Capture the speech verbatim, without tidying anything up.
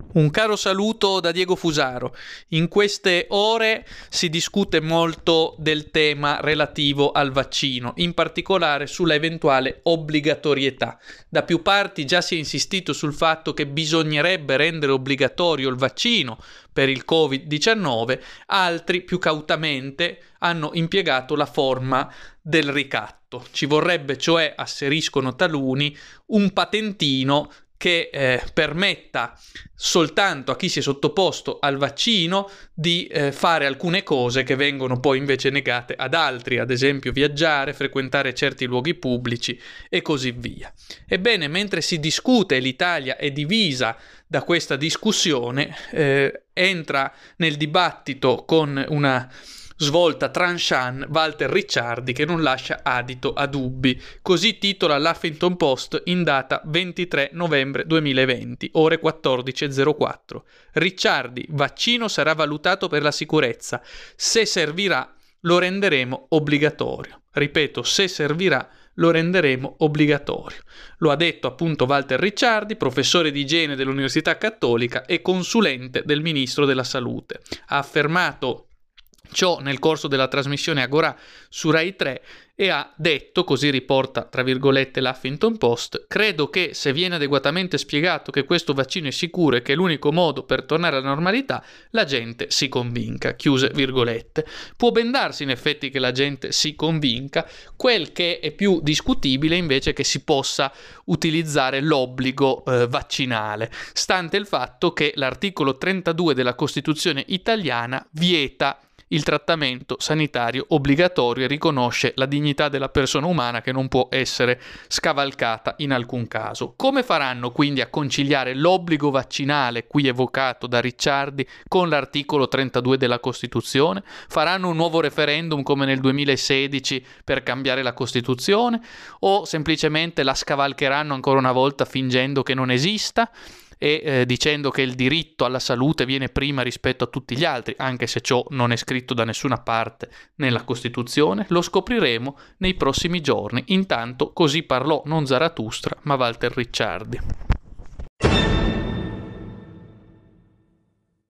Un caro saluto da Diego Fusaro. In queste ore si discute molto del tema relativo al vaccino, in particolare sulla eventuale obbligatorietà. Da più parti già si è insistito sul fatto che bisognerebbe rendere obbligatorio il vaccino per il covid diciannove, altri più cautamente hanno impiegato la forma del ricatto. Ci vorrebbe cioè, asseriscono taluni, un patentino che eh, permetta soltanto a chi si è sottoposto al vaccino di eh, fare alcune cose che vengono poi invece negate ad altri, ad esempio viaggiare, frequentare certi luoghi pubblici e così via. Ebbene, mentre si discute e l'Italia è divisa da questa discussione, eh, entra nel dibattito con una svolta tranchant Walter Ricciardi, che non lascia adito a dubbi. Così titola l'Huffington Post in data ventitré novembre duemilaventi, ore quattordici e zero quattro. Ricciardi: vaccino sarà valutato per la sicurezza. Se servirà, lo renderemo obbligatorio. Ripeto, se servirà, lo renderemo obbligatorio. Lo ha detto appunto Walter Ricciardi, professore di igiene dell'Università Cattolica e consulente del Ministro della Salute. Ha affermato ciò nel corso della trasmissione Agorà su Rai tre e ha detto, così riporta tra virgolette l'Huffington Post: credo che se viene adeguatamente spiegato che questo vaccino è sicuro e che è l'unico modo per tornare alla normalità, la gente si convinca, chiuse virgolette. Può ben darsi in effetti che la gente si convinca, quel che è più discutibile invece è che si possa utilizzare l'obbligo eh, vaccinale, stante il fatto che l'articolo trentadue della Costituzione italiana vieta il trattamento sanitario obbligatorio e riconosce la dignità della persona umana che non può essere scavalcata in alcun caso. Come faranno quindi a conciliare l'obbligo vaccinale qui evocato da Ricciardi con l'articolo trentadue della Costituzione? Faranno un nuovo referendum come nel duemilasedici per cambiare la Costituzione o semplicemente la scavalcheranno ancora una volta fingendo che non esista e eh, dicendo che il diritto alla salute viene prima rispetto a tutti gli altri, anche se ciò non è scritto da nessuna parte nella Costituzione? Lo scopriremo nei prossimi giorni. Intanto così parlò non Zarathustra, ma Walter Ricciardi.